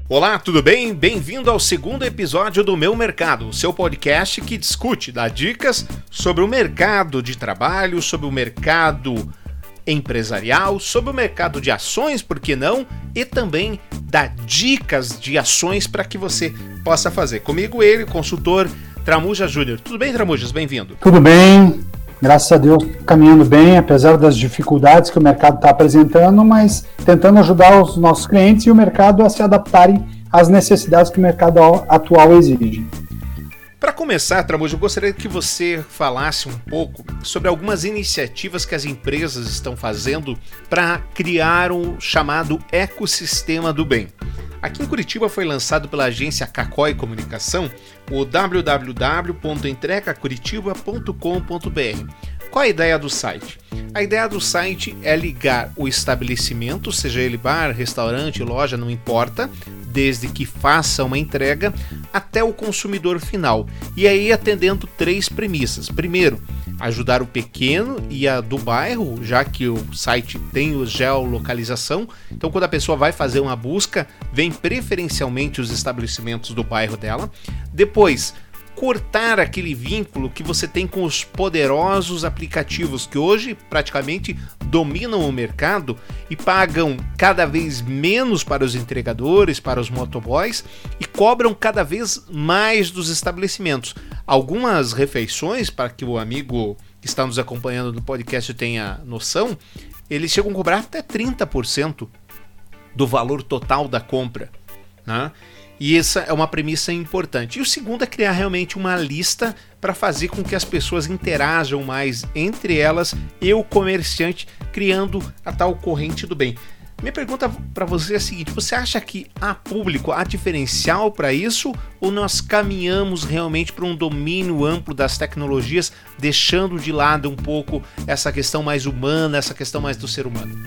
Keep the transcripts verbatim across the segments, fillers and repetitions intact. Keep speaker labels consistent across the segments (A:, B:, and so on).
A: Olá, tudo bem? Bem-vindo ao segundo episódio do Meu Mercado, o seu podcast que discute, dá dicas sobre o mercado de trabalho, sobre o mercado empresarial, sobre o mercado de ações, por que não? E também dá dicas de ações para que você possa fazer. Comigo ele, consultor Tramujas Júnior. Tudo bem, Tramujas? Bem-vindo.
B: Tudo bem, graças a Deus caminhando bem, apesar das dificuldades que o mercado está apresentando, mas tentando ajudar os nossos clientes e o mercado a se adaptarem às necessidades que o mercado atual exige.
A: Para começar, Tramujas, eu gostaria que você falasse um pouco sobre algumas iniciativas que as empresas estão fazendo para criar um chamado ecossistema do bem. Aqui em Curitiba foi lançado pela agência Cacói Comunicação o w w w ponto entrega curitiba ponto com ponto b r. Qual a ideia do site? A ideia do site é ligar o estabelecimento, seja ele bar, restaurante, loja, não importa, desde que faça uma entrega, até o consumidor final. E aí atendendo três premissas. Primeiro, ajudar o pequeno e a do bairro, já que o site tem o geolocalização. Então, quando a pessoa vai fazer uma busca, vem preferencialmente os estabelecimentos do bairro dela. Depois, cortar aquele vínculo que você tem com os poderosos aplicativos que hoje praticamente dominam o mercado e pagam cada vez menos para os entregadores, para os motoboys e cobram cada vez mais dos estabelecimentos. Algumas refeições, para que o amigo que está nos acompanhando no podcast tenha noção, eles chegam a cobrar até trinta por cento do valor total da compra, né? E essa é uma premissa importante. E o segundo é criar realmente uma lista para fazer com que as pessoas interajam mais entre elas e o comerciante, criando a tal corrente do bem. Minha pergunta para você é a seguinte: você acha que há público, há diferencial para isso, ou nós caminhamos realmente para um domínio amplo das tecnologias, deixando de lado um pouco essa questão mais humana, essa questão mais do ser humano?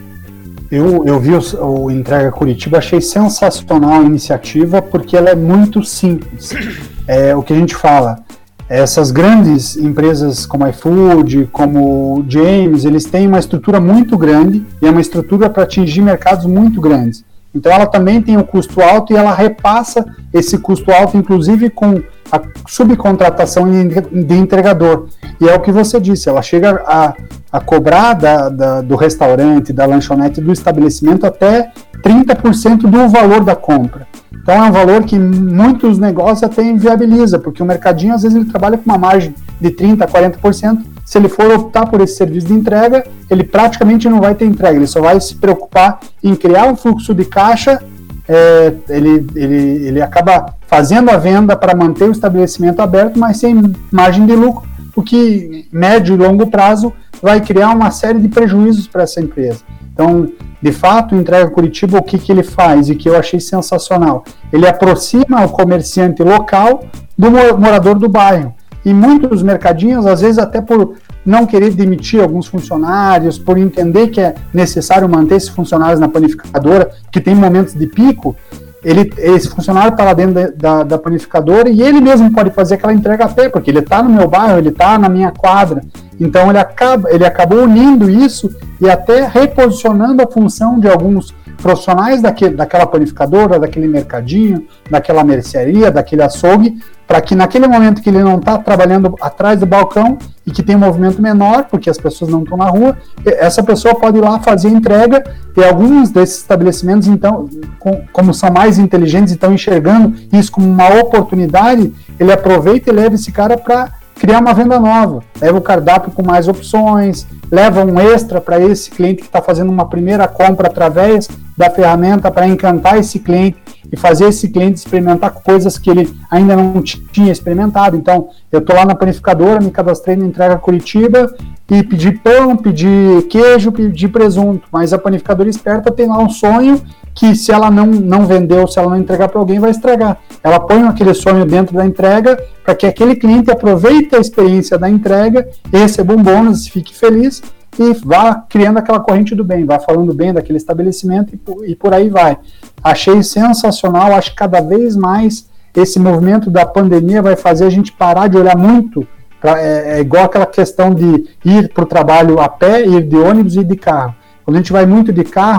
B: Eu, eu vi o, o Entrega Curitiba, achei sensacional a iniciativa, porque ela é muito simples. É o que a gente fala, essas grandes empresas como iFood, como James, eles têm uma estrutura muito grande e é uma estrutura para atingir mercados muito grandes. Então ela também tem um custo alto e ela repassa esse custo alto, inclusive com a subcontratação de entregador. E é o que você disse, ela chega a, a cobrar da, da, do restaurante, da lanchonete, do estabelecimento até trinta por cento do valor da compra. Então é um valor que muitos negócios até inviabiliza, porque o mercadinho às vezes ele trabalha com uma margem de trinta por cento a quarenta por cento. Se ele for optar por esse serviço de entrega, ele praticamente não vai ter entrega, ele só vai se preocupar em criar um fluxo de caixa, é, ele, ele, ele acaba fazendo a venda para manter o estabelecimento aberto, mas sem margem de lucro, o que médio e longo prazo vai criar uma série de prejuízos para essa empresa. Então, de fato, o Entrega Curitiba, o que, que ele faz e que eu achei sensacional? Ele aproxima o comerciante local do morador do bairro. E muitos mercadinhos, às vezes até por não querer demitir alguns funcionários, por entender que é necessário manter esses funcionários na panificadora, que tem momentos de pico, ele, esse funcionário está lá dentro da, da, da panificadora e ele mesmo pode fazer aquela entrega a pé, porque ele está no meu bairro, ele está na minha quadra. Então ele, acaba, ele acabou unindo isso e até reposicionando a função de alguns profissionais daquele, daquela panificadora, daquele mercadinho, daquela mercearia, daquele açougue, para que naquele momento que ele não está trabalhando atrás do balcão e que tem um movimento menor, porque as pessoas não estão na rua, essa pessoa pode ir lá fazer a entrega, e alguns desses estabelecimentos, então, com, como são mais inteligentes e estão enxergando isso como uma oportunidade, ele aproveita e leva esse cara para criar uma venda nova, leva o cardápio com mais opções, leva um extra para esse cliente que está fazendo uma primeira compra através da ferramenta para encantar esse cliente e fazer esse cliente experimentar coisas que ele ainda não tinha experimentado. Então, eu estou lá na panificadora, me cadastrei no Entrega Curitiba e pedi pão, pedi queijo, pedi presunto, mas a panificadora esperta tem lá um sonho que se ela não, não vendeu, se ela não entregar para alguém, vai estragar. Ela põe aquele sonho dentro da entrega para que aquele cliente aproveite a experiência da entrega, receba um bônus, fique feliz e vá criando aquela corrente do bem, vá falando bem daquele estabelecimento e por, e por aí vai. Achei sensacional, acho que cada vez mais esse movimento da pandemia vai fazer a gente parar de olhar muito, pra, é, é igual aquela questão de ir para o trabalho a pé, ir de ônibus e de carro. Quando a gente vai muito de carro,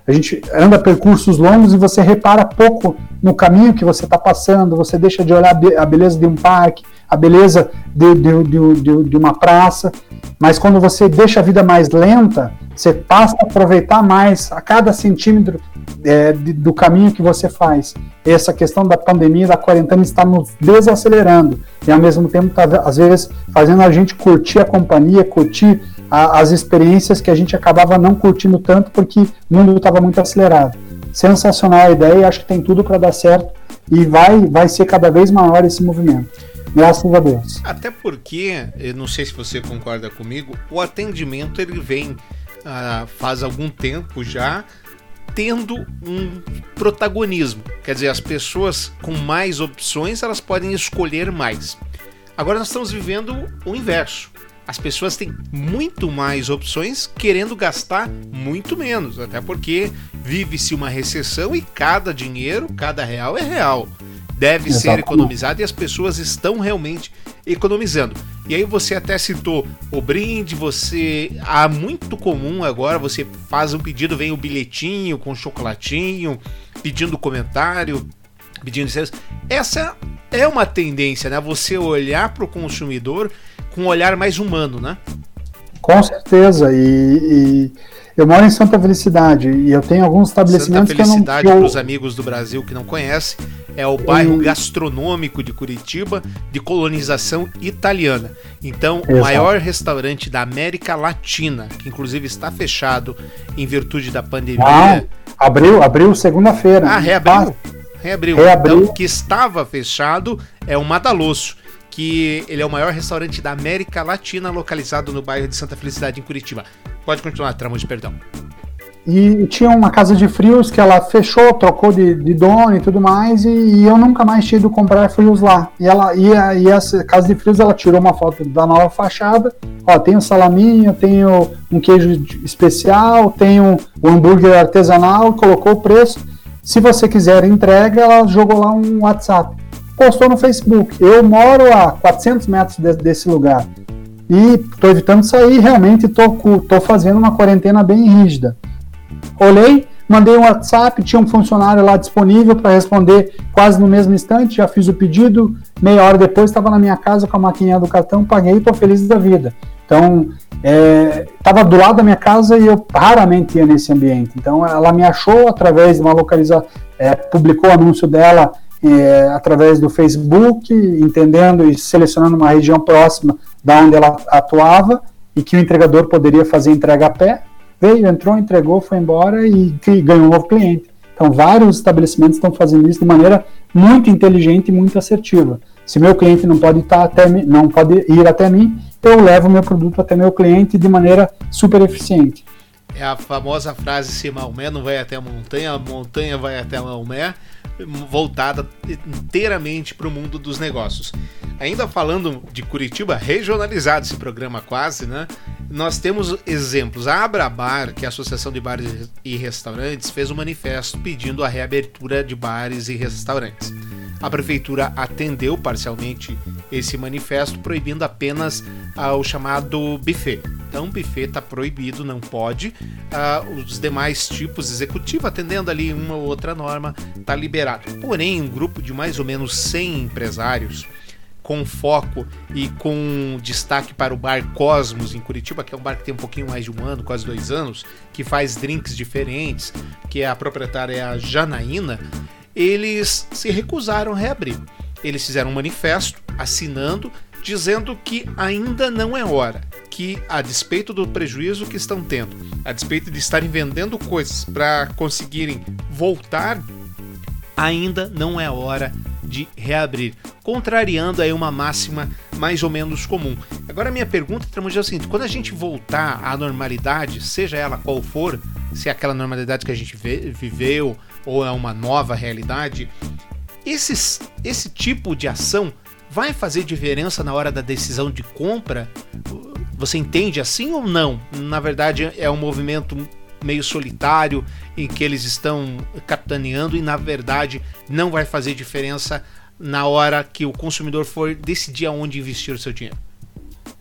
B: A gente anda percursos longos e você repara pouco no caminho que você está passando, você deixa de olhar a beleza de um parque, a beleza de, de, de, de, de uma praça, mas quando você deixa a vida mais lenta, você passa a aproveitar mais a cada centímetro é, de, do caminho que você faz. Essa questão da pandemia, da quarentena, está nos desacelerando e ao mesmo tempo está, às vezes, fazendo a gente curtir a companhia, curtir a, as experiências que a gente acabava não curtindo tanto porque o mundo estava muito acelerado. Sensacional a ideia, acho que tem tudo para dar certo e vai, vai ser cada vez maior esse movimento. Graças a Deus.
A: Até porque, eu não sei se você concorda comigo, o atendimento ele vem ah, faz algum tempo já tendo um protagonismo. Quer dizer, as pessoas com mais opções, elas podem escolher mais. Agora nós estamos vivendo o inverso. As pessoas têm muito mais opções querendo gastar muito menos. Até porque vive-se uma recessão e cada dinheiro, cada real é real. Deve Exatamente. ser economizado e as pessoas estão realmente economizando. E aí você até citou o brinde, você há muito comum agora, você faz um pedido, vem o bilhetinho com chocolatinho, pedindo comentário, pedindo serviço. Essa é uma tendência, né? Você olhar para o consumidor com um olhar mais humano, né?
B: Com certeza, e, e eu moro em Santa Felicidade e eu tenho alguns estabelecimentos
A: Santa Felicidade,
B: que eu não...
A: para os amigos do Brasil que não conhecem, é o bairro e... gastronômico de Curitiba, de colonização italiana. Então, Exato. o maior restaurante da América Latina, que inclusive está fechado em virtude da pandemia.
B: Ah, abriu, abriu segunda-feira.
A: Ah, reabriu? Reabriu.
B: reabriu.
A: Então, o que estava fechado é o Madalosso, que ele é o maior restaurante da América Latina, localizado no bairro de Santa Felicidade, em Curitiba. Pode continuar, Tramujo, perdão.
B: E tinha uma casa de frios que ela fechou, trocou de, de dono e tudo mais, e, e eu nunca mais tinha ido comprar frios lá. E, ela, e, a, e essa casa de frios, ela tirou uma foto da nova fachada. Ó, tem o salaminho, tem o, um queijo especial, tem o, o hambúrguer artesanal, colocou o preço. Se você quiser entrega, ela jogou lá um WhatsApp. Postou no Facebook. Eu moro a quatrocentos metros de, desse lugar. E estou evitando sair, realmente estou fazendo uma quarentena bem rígida. Olhei, mandei um WhatsApp, tinha um funcionário lá disponível para responder quase no mesmo instante, já fiz o pedido, meia hora depois estava na minha casa com a maquininha do cartão, paguei e estou feliz da vida. Então, estava é, do lado da minha casa e eu raramente ia nesse ambiente. Então, ela me achou através de uma localização, é, publicou o anúncio dela é, através do Facebook, entendendo e selecionando uma região próxima da onde ela atuava e que o entregador poderia fazer entrega a pé. Veio, entrou, entregou, foi embora e ganhou um novo cliente. Então, vários estabelecimentos estão fazendo isso de maneira muito inteligente e muito assertiva. Se meu cliente não pode, estar até, não pode ir até mim, eu levo meu produto até meu cliente de maneira super eficiente.
A: É a famosa frase: se Maomé não vai até a montanha, a montanha vai até a Maomé, voltada inteiramente para o mundo dos negócios. Ainda falando de Curitiba, regionalizado esse programa quase, né? Nós temos exemplos. A Abrabar, que é a Associação de Bares e Restaurantes, fez um manifesto pedindo a reabertura de bares e restaurantes. A prefeitura atendeu parcialmente esse manifesto, proibindo apenas ah, o chamado buffet. Então, o buffet está proibido, não pode. Ah, os demais tipos, executivo atendendo ali uma ou outra norma, está liberado. Porém, um grupo de mais ou menos cem empresários, com foco e com destaque para o Bar Cosmos em Curitiba, que é um bar que tem um pouquinho mais de um ano, quase dois anos, que faz drinks diferentes, que a proprietária é a Janaína, eles se recusaram a reabrir. Eles fizeram um manifesto assinando, dizendo que ainda não é hora, que a despeito do prejuízo que estão tendo, a despeito de estarem vendendo coisas para conseguirem voltar, ainda não é hora de reabrir, contrariando aí uma máxima mais ou menos comum. Agora a minha pergunta, Tramujo, é o seguinte: quando a gente voltar à normalidade, seja ela qual for, se é aquela normalidade que a gente viveu ou é uma nova realidade, esses, esse tipo de ação vai fazer diferença na hora da decisão de compra? Você entende assim ou não? Na verdade é um movimento meio solitário em que eles estão capitaneando e na verdade não vai fazer diferença na hora que o consumidor for decidir aonde investir o seu dinheiro.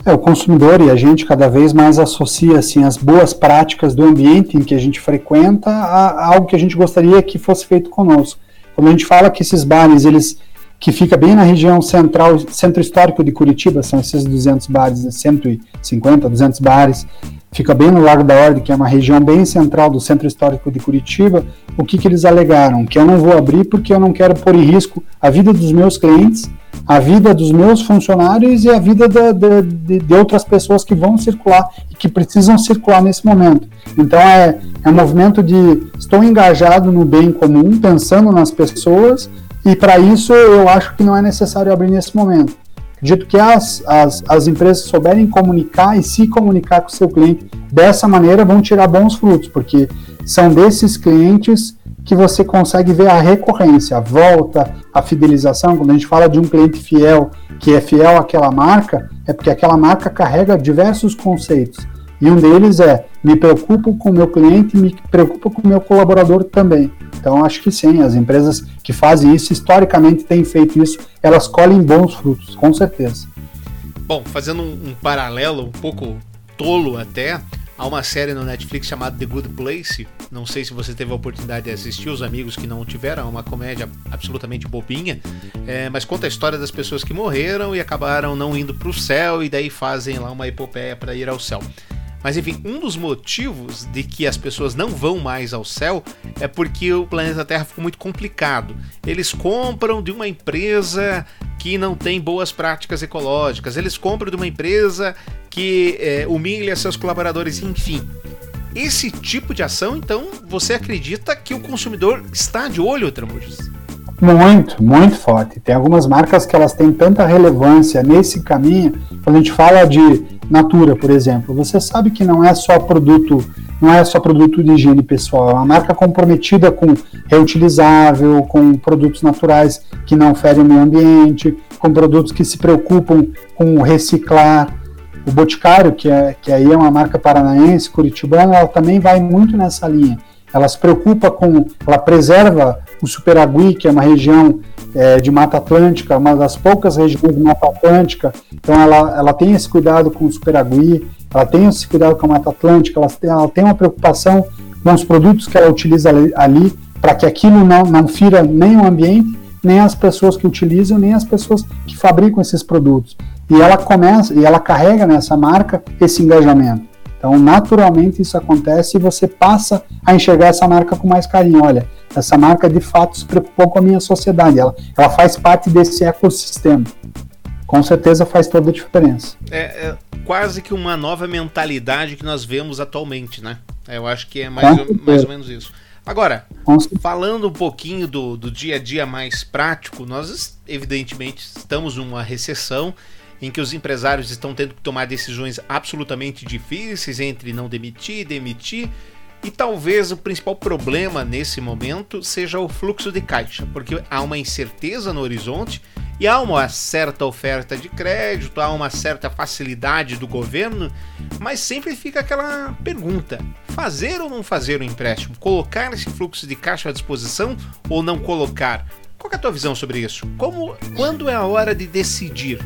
B: É, o consumidor e a gente cada vez mais associa assim, as boas práticas do ambiente em que a gente frequenta a, a algo que a gente gostaria que fosse feito conosco. Quando a gente fala que esses bares, eles que fica bem na região central, centro histórico de Curitiba, são esses duzentos bares, cento e cinquenta, duzentos bares, fica bem no Largo da Ordem, que é uma região bem central do centro histórico de Curitiba. O que, que eles alegaram? Que eu não vou abrir porque eu não quero pôr em risco a vida dos meus clientes, a vida dos meus funcionários e a vida de, de, de, de outras pessoas que vão circular e que precisam circular nesse momento. Então é, é um movimento de estou engajado no bem comum, pensando nas pessoas, e para isso eu acho que não é necessário abrir nesse momento. Acredito que as, as, as empresas souberem comunicar e se comunicar com o seu cliente dessa maneira vão tirar bons frutos, porque são desses clientes que você consegue ver a recorrência, a volta, a fidelização. Quando a gente fala de um cliente fiel, que é fiel àquela marca, é porque aquela marca carrega diversos conceitos. E um deles é, me preocupo com o meu cliente, me preocupo com o meu colaborador também. Então, acho que sim, as empresas que fazem isso, historicamente têm feito isso, elas colhem bons frutos, com certeza.
A: Bom, fazendo um, um paralelo um pouco tolo até, há uma série no Netflix chamada The Good Place, não sei se você teve a oportunidade de assistir, os amigos que não tiveram, é uma comédia absolutamente bobinha, é, mas conta a história das pessoas que morreram e acabaram não indo para o céu e daí fazem lá uma epopeia para ir ao céu. Mas enfim, um dos motivos de que as pessoas não vão mais ao céu é porque o planeta Terra ficou muito complicado. Eles compram de uma empresa que não tem boas práticas ecológicas, eles compram de uma empresa que é, humilha seus colaboradores, enfim. Esse tipo de ação, então, você acredita que o consumidor está de olho, Tramujas?
B: Muito, muito forte. Tem algumas marcas que elas têm tanta relevância nesse caminho. Quando a gente fala de Natura, por exemplo, você sabe que não é só produto, não é só produto de higiene pessoal, é uma marca comprometida com reutilizável, com produtos naturais que não ferem o meio ambiente, com produtos que se preocupam com reciclar. O Boticário, que, é, que aí é uma marca paranaense, curitibana, ela também vai muito nessa linha. Ela se preocupa com, ela preserva o Superagui, que é uma região é, de Mata Atlântica, uma das poucas regiões de Mata Atlântica, então ela, ela tem esse cuidado com o Superagui, ela tem esse cuidado com a Mata Atlântica, ela tem, ela tem uma preocupação com os produtos que ela utiliza ali, ali para que aquilo não, não fira nem o ambiente, nem as pessoas que utilizam, nem as pessoas que fabricam esses produtos. E ela começa, e ela carrega nessa marca esse engajamento. Então, naturalmente, isso acontece e você passa a enxergar essa marca com mais carinho. Olha, essa marca, de fato, se preocupou com a minha sociedade. Ela, ela faz parte desse ecossistema. Com certeza faz toda a diferença.
A: É, é quase que uma nova mentalidade que nós vemos atualmente, né? Eu acho que é mais, ou, mais ou menos isso. Agora, falando um pouquinho do, do dia a dia mais prático, nós, evidentemente, estamos numa recessão em que os empresários estão tendo que tomar decisões absolutamente difíceis entre não demitir, demitir, e talvez o principal problema nesse momento seja o fluxo de caixa, porque há uma incerteza no horizonte e há uma certa oferta de crédito, há uma certa facilidade do governo, mas sempre fica aquela pergunta: fazer ou não fazer o empréstimo? Colocar esse fluxo de caixa à disposição ou não colocar? Qual é a tua visão sobre isso? Como, quando é a hora de decidir?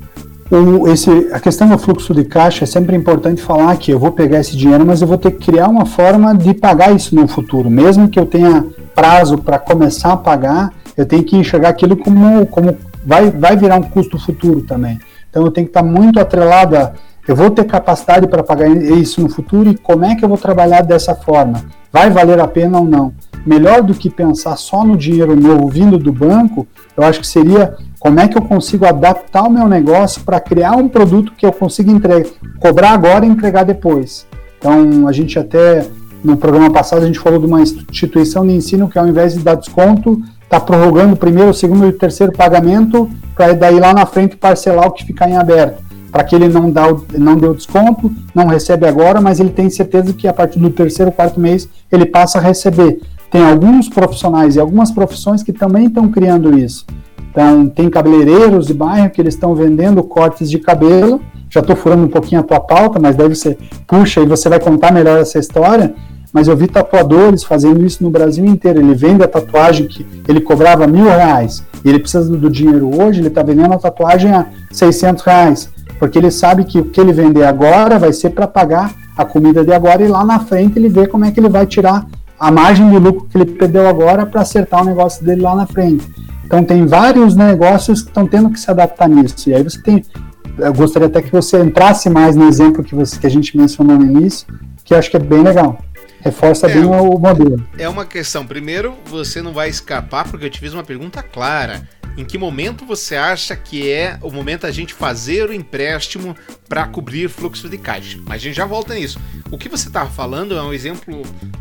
B: O, esse, a questão do fluxo de caixa é sempre importante falar que eu vou pegar esse dinheiro, mas eu vou ter que criar uma forma de pagar isso no futuro. Mesmo que eu tenha prazo para começar a pagar, eu tenho que enxergar aquilo como, como vai, vai virar um custo futuro também. Então eu tenho que estar muito atrelado a, eu vou ter capacidade para pagar isso no futuro e como é que eu vou trabalhar dessa forma? Vai valer a pena ou não? Melhor do que pensar só no dinheiro novo vindo do banco, eu acho que seria como é que eu consigo adaptar o meu negócio para criar um produto que eu consiga entregar, cobrar agora e entregar depois. Então, a gente até, no programa passado, a gente falou de uma instituição de ensino que ao invés de dar desconto, está prorrogando o primeiro, o segundo e o terceiro pagamento para daí lá na frente parcelar o que ficar em aberto. Para que ele não, dá, não deu desconto, não recebe agora, mas ele tem certeza que a partir do terceiro, quarto mês, ele passa a receber. Tem alguns profissionais e algumas profissões que também estão criando isso. Então, tem cabeleireiros de bairro que eles estão vendendo cortes de cabelo. Já estou furando um pouquinho a tua pauta, mas deve ser, puxa, e você vai contar melhor essa história. Mas eu vi tatuadores fazendo isso no Brasil inteiro. Ele vende a tatuagem que ele cobrava mil reais. E ele precisa do dinheiro hoje, ele está vendendo a tatuagem a seiscentos reais. porque ele sabe que o que ele vender agora vai ser para pagar a comida de agora, e lá na frente ele vê como é que ele vai tirar a margem de lucro que ele perdeu agora para acertar o negócio dele lá na frente. Então tem vários negócios que estão tendo que se adaptar nisso, e aí você tem, eu gostaria até que você entrasse mais no exemplo que, você, que a gente mencionou no início, que eu acho que é bem legal. Reforça é, bem o modelo.
A: É uma questão. Primeiro, você não vai escapar, porque eu te fiz uma pergunta clara. Em que momento você acha que é o momento da gente fazer o empréstimo para cobrir fluxo de caixa? Mas a gente já volta nisso. O que você estava falando é um exemplo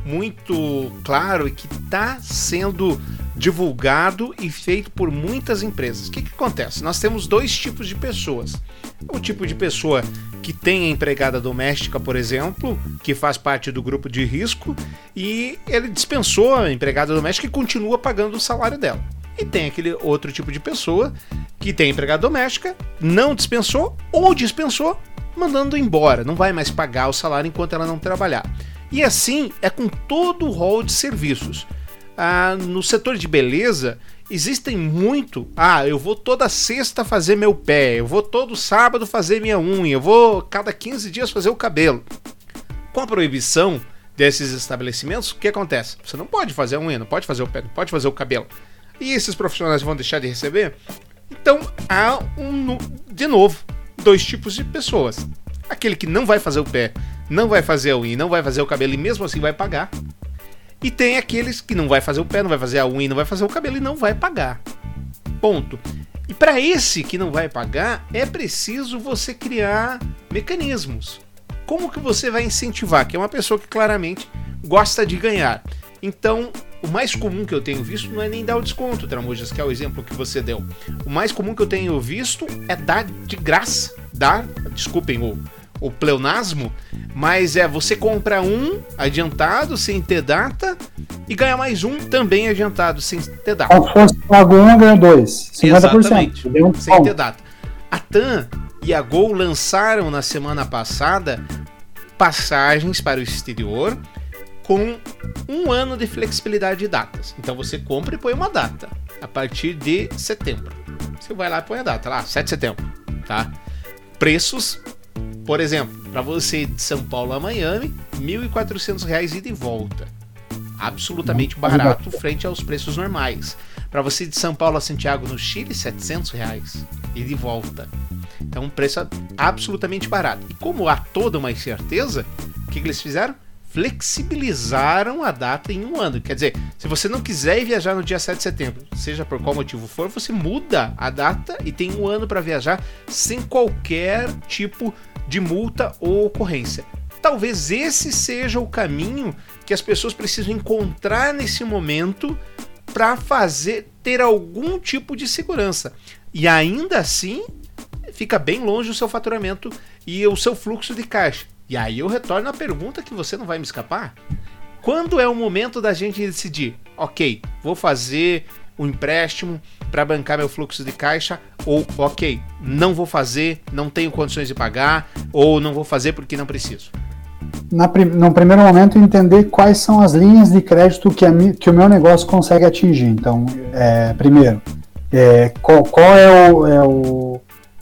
A: muito claro e que está sendo divulgado e feito por muitas empresas. O que, que acontece? Nós temos dois tipos de pessoas. O tipo de pessoa que tem a empregada doméstica, por exemplo, que faz parte do grupo de risco, e ele dispensou a empregada doméstica e continua pagando o salário dela. E tem aquele outro tipo de pessoa que tem empregada doméstica, não dispensou ou dispensou, mandando embora, não vai mais pagar o salário enquanto ela não trabalhar. E assim é com todo o rol de serviços. Ah, no setor de beleza, existem muito, ah, eu vou toda sexta fazer meu pé, eu vou todo sábado fazer minha unha, eu vou cada quinze dias fazer o cabelo. Com a proibição desses estabelecimentos, o que acontece? Você não pode fazer a unha, não pode fazer o pé, não pode fazer o cabelo. E esses profissionais vão deixar de receber? Então há, um, de novo, dois tipos de pessoas. Aquele que não vai fazer o pé, não vai fazer a unha, não vai fazer o cabelo e mesmo assim vai pagar. E tem aqueles que não vai fazer o pé, não vai fazer a unha, não vai fazer o cabelo e não vai pagar. Ponto. E para esse que não vai pagar, é preciso você criar mecanismos. Como que você vai incentivar? Que é uma pessoa que claramente gosta de ganhar. Então, o mais comum que eu tenho visto não é nem dar o desconto, Tramujas, que é o exemplo que você deu. O mais comum que eu tenho visto é dar de graça. Dar, desculpem o, o pleonasmo, mas é você compra um adiantado, sem ter data, e ganha mais um também adiantado, sem ter data.
B: Se fosse pago um, ganha dois. cinquenta por cento.
A: Exatamente, um sem ter data. A TAM e a Gol lançaram na semana passada passagens para o exterior com um ano de flexibilidade de datas. Então você compra e põe uma data a partir de setembro. Você vai lá e põe a data, lá, sete de setembro, tá? Preços, por exemplo, para você ir de São Paulo a Miami, mil e quatrocentos reais ida e volta. Absolutamente barato frente aos preços normais. Para você ir de São Paulo a Santiago, no Chile, setecentos reais ida e volta. Então um preço absolutamente barato. E como há toda uma incerteza, o que, que eles fizeram? Flexibilizaram a data em um ano. Quer dizer, se você não quiser ir viajar no dia sete de setembro, seja por qual motivo for, você muda a data e tem um ano para viajar sem qualquer tipo de multa ou ocorrência. Talvez esse seja o caminho que as pessoas precisam encontrar nesse momento para fazer, ter algum tipo de segurança. E ainda assim, fica bem longe o seu faturamento e o seu fluxo de caixa. E aí eu retorno à pergunta que você não vai me escapar. Quando é o momento da gente decidir, ok, vou fazer um empréstimo para bancar meu fluxo de caixa, ou ok, não vou fazer, não tenho condições de pagar, ou não vou fazer porque não preciso?
B: Na, no primeiro momento, entender quais são as linhas de crédito que, a, que o meu negócio consegue atingir. Então, é, primeiro, é, qual, qual é o... É o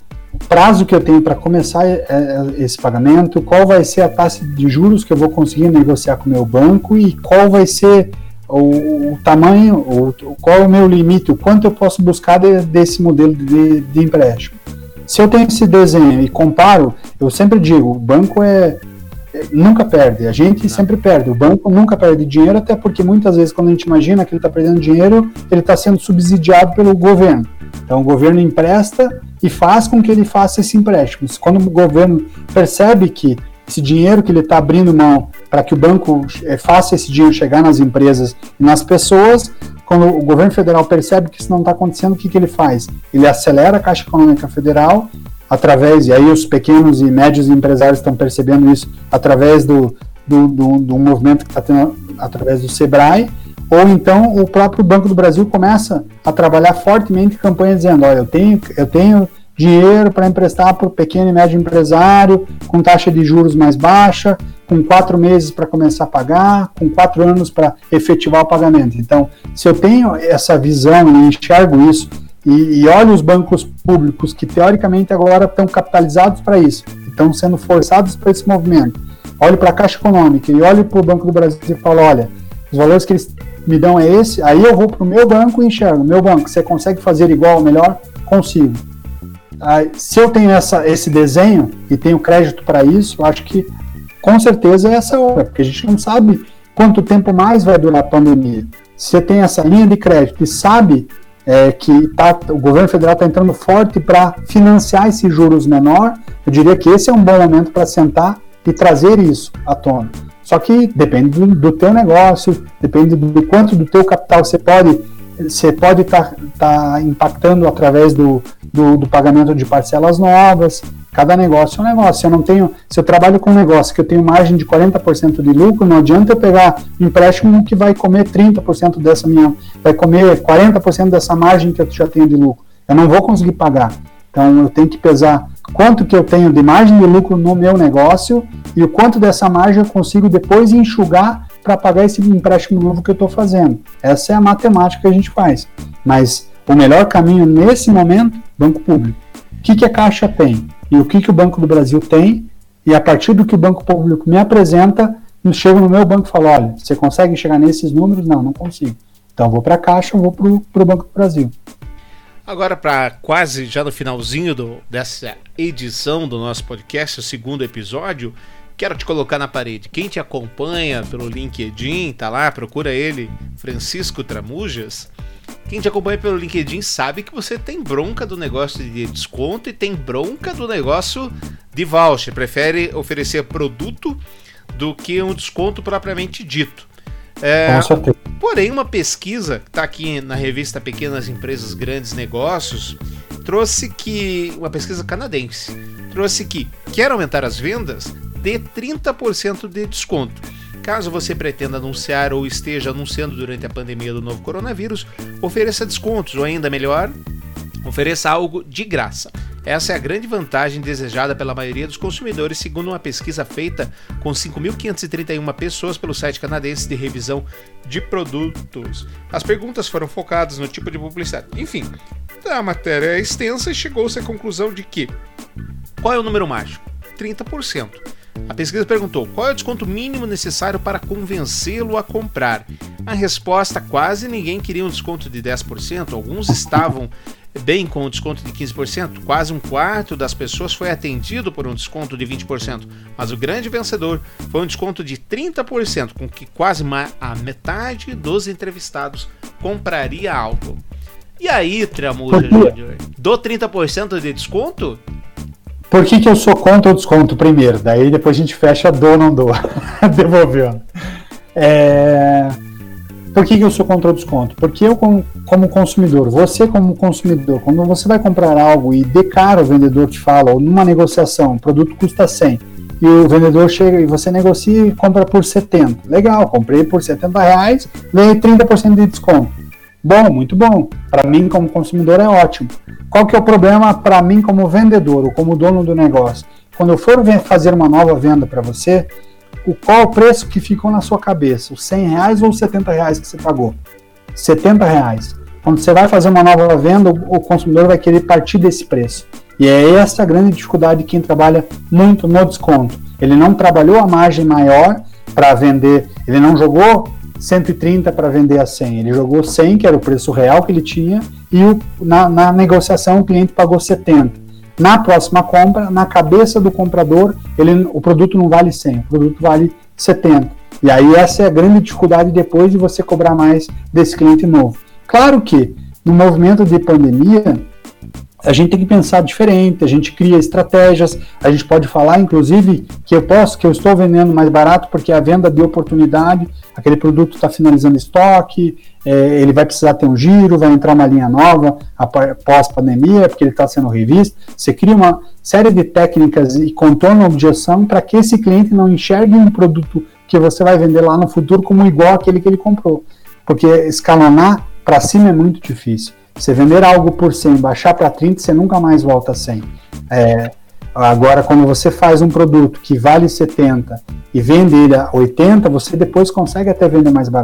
B: prazo que eu tenho para começar esse pagamento, qual vai ser a taxa de juros que eu vou conseguir negociar com o meu banco e qual vai ser o, o tamanho, o, qual é o meu limite, o quanto eu posso buscar de, desse modelo de, de empréstimo. Se eu tenho esse desenho e comparo, eu sempre digo, o banco é, é nunca perde, a gente sempre perde, o banco nunca perde dinheiro, até porque muitas vezes quando a gente imagina que ele está perdendo dinheiro, ele está sendo subsidiado pelo governo. Então o governo empresta e faz com que ele faça esse empréstimo. Quando o governo percebe que esse dinheiro que ele está abrindo mão para que o banco faça esse dinheiro chegar nas empresas e nas pessoas, quando o governo federal percebe que isso não está acontecendo, o que, que ele faz? Ele acelera a Caixa Econômica Federal, através, e aí os pequenos e médios empresários estão percebendo isso, através do, do, do, do movimento que está tendo através do Sebrae, ou então o próprio Banco do Brasil começa a trabalhar fortemente em campanha dizendo, olha, eu tenho, eu tenho dinheiro para emprestar para o pequeno e médio empresário, com taxa de juros mais baixa, com quatro meses para começar a pagar, com quatro anos para efetivar o pagamento. Então, se eu tenho essa visão e enxergo isso e, e olhe os bancos públicos que teoricamente agora estão capitalizados para isso, estão sendo forçados para esse movimento, olhe para a Caixa Econômica e olhe para o Banco do Brasil e fala, olha, os valores que eles me dão é esse, aí eu vou para o meu banco e enxergo, meu banco, você consegue fazer igual ou melhor? Consigo. Aí, se eu tenho essa, esse desenho e tenho crédito para isso, eu acho que com certeza é essa hora, porque a gente não sabe quanto tempo mais vai durar a pandemia. Se você tem essa linha de crédito e sabe é, que tá, o governo federal está entrando forte para financiar esses juros menor, eu diria que esse é um bom momento para sentar e trazer isso à tona. Só que depende do, do teu negócio, depende do quanto do teu capital você pode você pode estar tá, tá impactando através do, do, do pagamento de parcelas novas. Cada negócio é um negócio. Se eu não tenho, se eu trabalho com um negócio que eu tenho margem de quarenta por cento de lucro, não adianta eu pegar um empréstimo que vai comer trinta por cento dessa minha, vai comer quarenta por cento dessa margem que eu já tenho de lucro. Eu não vou conseguir pagar. Então eu tenho que pesar quanto que eu tenho de margem de lucro no meu negócio e o quanto dessa margem eu consigo depois enxugar para pagar esse empréstimo novo que eu estou fazendo. Essa é a matemática que a gente faz. Mas o melhor caminho nesse momento, banco público. O que, que a Caixa tem? E o que, que o Banco do Brasil tem? E a partir do que o Banco Público me apresenta, eu chego no meu banco e falo, olha, você consegue chegar nesses números? Não, não consigo. Então vou para a Caixa, vou para o Banco do Brasil.
A: Agora, para quase já no finalzinho do, dessa edição do nosso podcast, o segundo episódio, quero te colocar na parede. Quem te acompanha pelo LinkedIn, tá lá, procura ele, Francisco Tramujas. Quem te acompanha pelo LinkedIn sabe que você tem bronca do negócio de desconto e tem bronca do negócio de voucher. Prefere oferecer produto do que um desconto propriamente dito. É, porém, uma pesquisa que está aqui na revista Pequenas Empresas, Grandes Negócios, trouxe que, uma pesquisa canadense, trouxe que quer aumentar as vendas, dê trinta por cento de desconto. Caso você pretenda anunciar ou esteja anunciando durante a pandemia do novo coronavírus, ofereça descontos ou, ainda melhor, ofereça algo de graça. Essa é a grande vantagem desejada pela maioria dos consumidores, segundo uma pesquisa feita com cinco mil quinhentas e trinta e uma pessoas pelo site canadense de revisão de produtos. As perguntas foram focadas no tipo de publicidade. Enfim, a matéria é extensa e chegou-se à conclusão de que qual é o número mágico? trinta por cento. A pesquisa perguntou qual é o desconto mínimo necessário para convencê-lo a comprar. A resposta, quase ninguém queria um desconto de dez por cento, alguns estavam bem com o desconto de quinze por cento, quase um quarto das pessoas foi atendido por um desconto de vinte por cento, mas o grande vencedor foi um desconto de trinta por cento, com que quase a metade dos entrevistados compraria algo. E aí, Tramujas Júnior, dou trinta por cento de desconto?
B: Por que, que eu sou contra o desconto primeiro? Daí depois a gente fecha dou ou não dou. Devolvendo. É... Por que, que eu sou contra o desconto? Porque eu, como, como consumidor, você como consumidor, quando você vai comprar algo e de cara o vendedor te fala, ou numa negociação, o produto custa cem, e o vendedor chega e você negocia e compra por setenta. Legal, comprei por setenta reais, ganhei trinta por cento de desconto. Bom, muito bom. Para mim, como consumidor, é ótimo. Qual que é o problema para mim como vendedor ou como dono do negócio? Quando eu for fazer uma nova venda para você, o, qual é o preço que ficou na sua cabeça? Os cem reais ou os setenta reais que você pagou? setenta reais. Quando você vai fazer uma nova venda, o, o consumidor vai querer partir desse preço. E é essa a grande dificuldade de quem trabalha muito no desconto. Ele não trabalhou a margem maior para vender, ele não jogou cento e trinta para vender a cem, ele jogou cem, que era o preço real que ele tinha, e o, na, na negociação o cliente pagou setenta. Na próxima compra, na cabeça do comprador, ele, o produto não vale cem, o produto vale setenta. E aí essa é a grande dificuldade depois de você cobrar mais desse cliente novo. Claro que no movimento de pandemia, a gente tem que pensar diferente, a gente cria estratégias, a gente pode falar, inclusive, que eu posso, que eu estou vendendo mais barato porque a venda de oportunidade, aquele produto está finalizando estoque, é, ele vai precisar ter um giro, vai entrar uma linha nova após pandemia, porque ele está sendo revisto. Você cria uma série de técnicas e contorna a objeção para que esse cliente não enxergue um produto que você vai vender lá no futuro como igual àquele que ele comprou, porque escalonar para cima é muito difícil. Você vender algo por cem, baixar para trinta, você nunca mais volta a cem. É, agora, quando você faz um produto que vale setenta e vende ele a oitenta, você depois consegue até vender mais barato.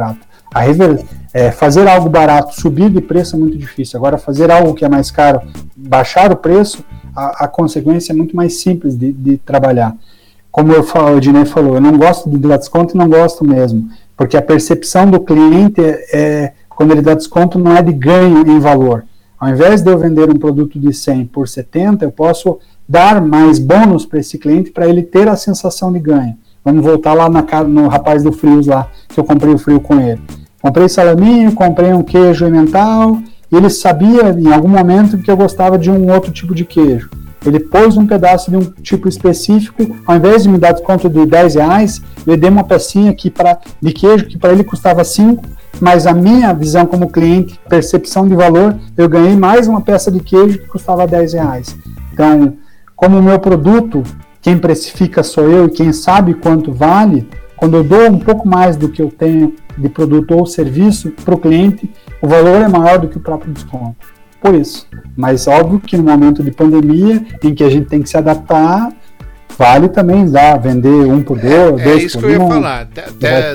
B: A rever, é, fazer algo barato, subir de preço é muito difícil. Agora, fazer algo que é mais caro, baixar o preço, a, a consequência é muito mais simples de, de trabalhar. Como eu falo, o Dinei falou, eu não gosto de dar desconto e não gosto mesmo, porque a percepção do cliente, é, é, quando ele dá desconto, não é de ganho em valor. Ao invés de eu vender um produto de cem por setenta, eu posso dar mais bônus para esse cliente para ele ter a sensação de ganho. Vamos voltar lá na, no rapaz do frios lá, que eu comprei o frio com ele. Comprei salaminho, comprei um queijo emmental, e ele sabia em algum momento que eu gostava de um outro tipo de queijo. Ele pôs um pedaço de um tipo específico, ao invés de me dar desconto de dez reais, ele deu uma pecinha aqui pra, de queijo que para ele custava cinco, mas a minha visão como cliente, percepção de valor, eu ganhei mais uma peça de queijo que custava dez reais. Então, como o meu produto, quem precifica sou eu e quem sabe quanto vale, quando eu dou um pouco mais do que eu tenho de produto ou serviço para o cliente, o valor é maior do que o próprio desconto. Por isso. Mas óbvio que no momento de pandemia, em que a gente tem que se adaptar, vale também dar, vender um por dois,
A: é,
B: dois
A: é isso
B: por
A: que eu ia
B: um,
A: falar. Até, até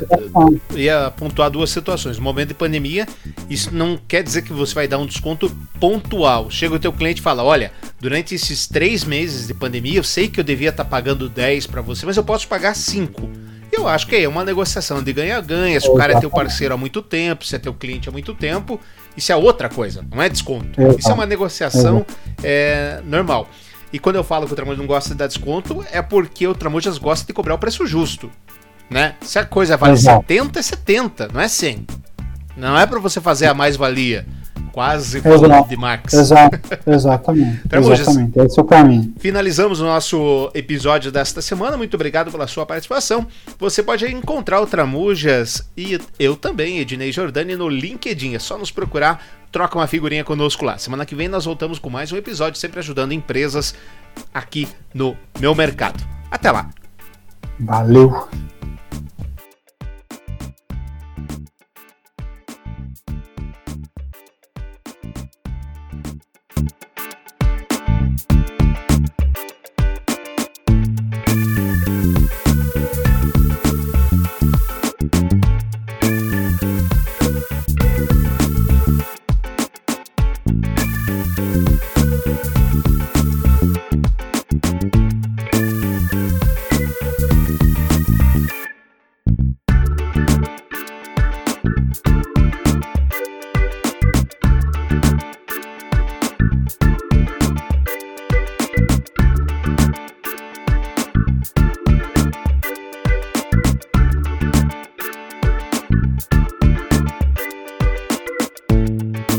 A: ia pontuar duas situações. No momento de pandemia, isso não quer dizer que você vai dar um desconto pontual. Chega o teu cliente e fala, olha, durante esses três meses de pandemia, eu sei que eu devia estar pagando dez para você, mas eu posso pagar cinco. Eu acho que é uma negociação de ganha-ganha. Se o cara é teu parceiro há muito tempo, se é teu cliente há muito tempo, isso é outra coisa, não é desconto. Isso é uma negociação é, normal. E quando eu falo que o Tramujas não gosta de dar desconto, é porque o Tramujas gosta de cobrar o preço justo, né? Se a coisa vale Exato. setenta, é setenta, não é cem. Não é para você fazer a mais-valia. Quase falando de Max.
B: Exato, exatamente.
A: Tramujas,
B: exatamente, esse é o caminho.
A: Finalizamos o nosso episódio desta semana. Muito obrigado pela sua participação. Você pode encontrar o Tramujas e eu também, Ednei Jordani, no LinkedIn. É só nos procurar, troca uma figurinha conosco lá. Semana que vem nós voltamos com mais um episódio, sempre ajudando empresas aqui no Meu Mercado. Até lá.
B: Valeu.